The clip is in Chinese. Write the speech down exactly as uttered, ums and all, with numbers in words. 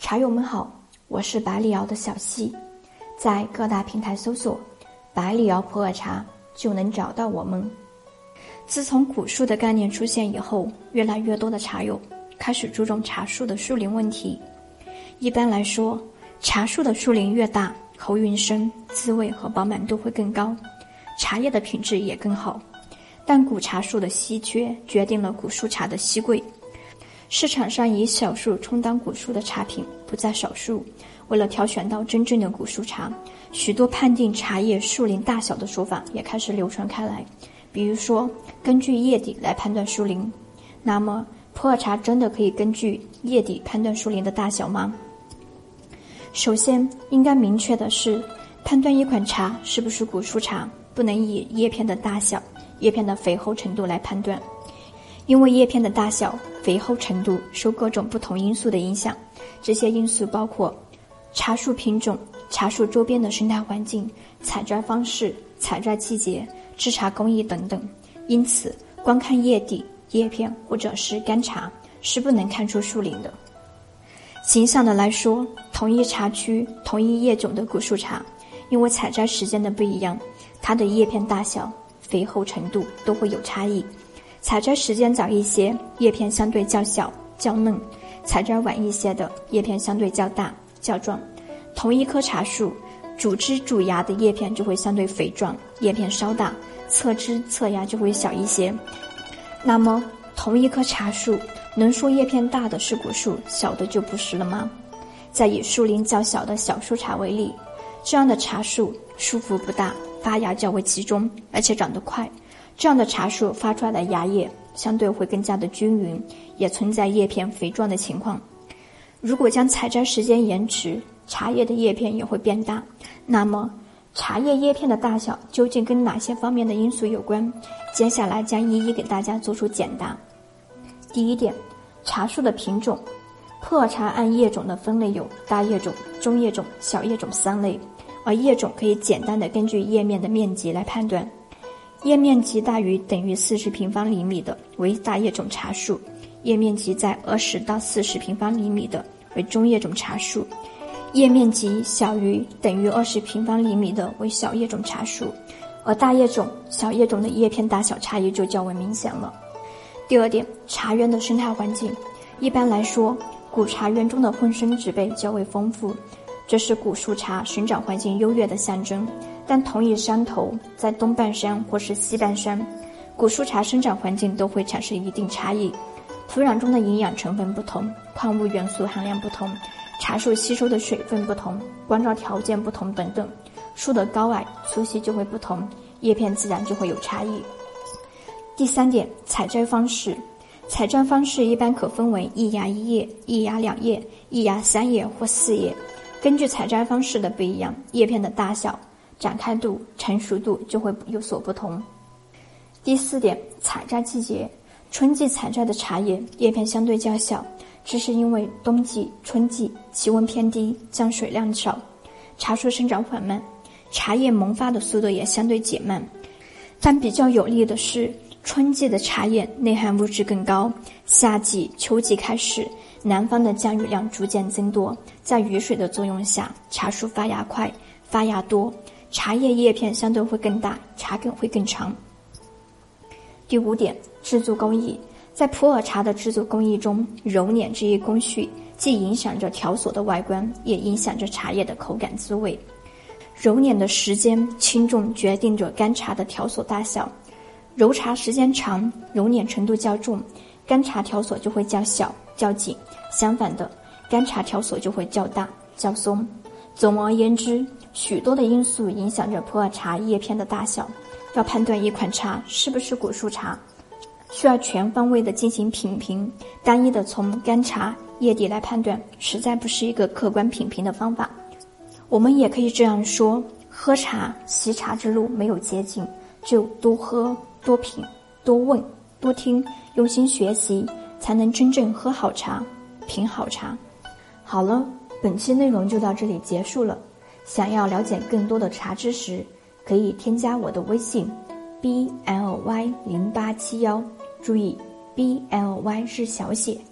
茶友们好，我是百里瑶的小溪，在各大平台搜索百里瑶普洱茶就能找到我们。自从古树的概念出现以后，越来越多的茶友开始注重茶树的树龄问题。一般来说，茶树的树龄越大，喉韵深，滋味和饱满度会更高，茶叶的品质也更好。但古茶树的稀缺决定了古树茶的稀贵，市场上以小树充当古树的茶品不在少数。为了挑选到真正的古树茶，许多判定茶叶树龄大小的说法也开始流传开来。比如说，根据叶底来判断树龄。那么，普洱茶真的可以根据叶底判断树龄的大小吗？首先，应该明确的是，判断一款茶是不是古树茶，不能以叶片的大小、叶片的肥厚程度来判断。因为叶片的大小、肥厚程度受各种不同因素的影响，这些因素包括茶树品种、茶树周边的生态环境、采摘方式、采摘季节、制茶工艺等等。因此，光看叶底、叶片或者是干茶是不能看出树龄的。形象的来说，同一茶区、同一叶种的古树茶，因为采摘时间的不一样，它的叶片大小、肥厚程度都会有差异。采摘时间早一些，叶片相对较小、较嫩；采摘晚一些的，叶片相对较大、较壮。同一棵茶树，主枝主芽的叶片就会相对肥壮，叶片稍大；侧枝侧芽就会小一些。那么，同一棵茶树，能说叶片大的是古树，小的就不是了吗？再以树龄较小的小树茶为例，这样的茶树树幅不大，发芽较为集中，而且长得快。这样的茶树发出来的芽叶相对会更加的均匀，也存在叶片肥壮的情况。如果将采摘时间延迟，茶叶的叶片也会变大。那么，茶叶叶片的大小究竟跟哪些方面的因素有关？接下来将一一给大家做出简答。第一点，茶树的品种。普洱茶按叶种的分类有大叶种、中叶种、小叶种三类，而叶种可以简单的根据叶面的面积来判断。叶面积大于等于四十平方厘米的为大叶种茶树，叶面积在二十到四十平方厘米的为中叶种茶树，叶面积小于等于二十平方厘米的为小叶种茶树，而大叶种、小叶种的叶片大小差异就较为明显了。第二点，茶园的生态环境。一般来说，古茶园中的混生植被较为丰富，这是古树茶生长环境优越的象征。但同一山头，在东半山或是西半山，古树茶生长环境都会产生一定差异。土壤中的营养成分不同，矿物元素含量不同，茶树吸收的水分不同，光照条件不同等等，树的高矮、粗细就会不同，叶片自然就会有差异。第三点，采摘方式。采摘方式一般可分为一芽一叶、一芽两叶、一芽三叶或四叶。根据采摘方式的不一样，叶片的大小、展开度、成熟度就会有所不同。第四点，采摘季节。春季采摘的茶叶叶片相对较小，这是因为冬季、春季气温偏低，降水量少，茶树生长缓慢，茶叶萌发的速度也相对减慢。但比较有利的是，春季的茶叶内含物质更高，夏季、秋季开始，南方的降雨量逐渐增多，在雨水的作用下，茶树发芽快、发芽多，茶叶叶片相对会更大，茶梗会更长。第五点，制作工艺。在普洱茶的制作工艺中，揉捻这一工序既影响着条索的外观，也影响着茶叶的口感滋味。揉捻的时间轻重决定着干茶的条索大小。揉茶时间长，揉捻程度较重，干茶条索就会较小、较紧；相反的，干茶条索就会较大、较松。总而言之，许多的因素影响着普洱茶叶片的大小。要判断一款茶是不是古树茶，需要全方位的进行品评，单一的从干茶叶底来判断，实在不是一个客观品评的方法。我们也可以这样说，喝茶、习茶之路没有捷径，只有多喝、多品、多问、多听，用心学习，才能真正喝好茶、品好茶。好了，本期内容就到这里结束了。想要了解更多的茶知识，可以添加我的微信 B L Y 零八七一，注意 B L Y 是小写。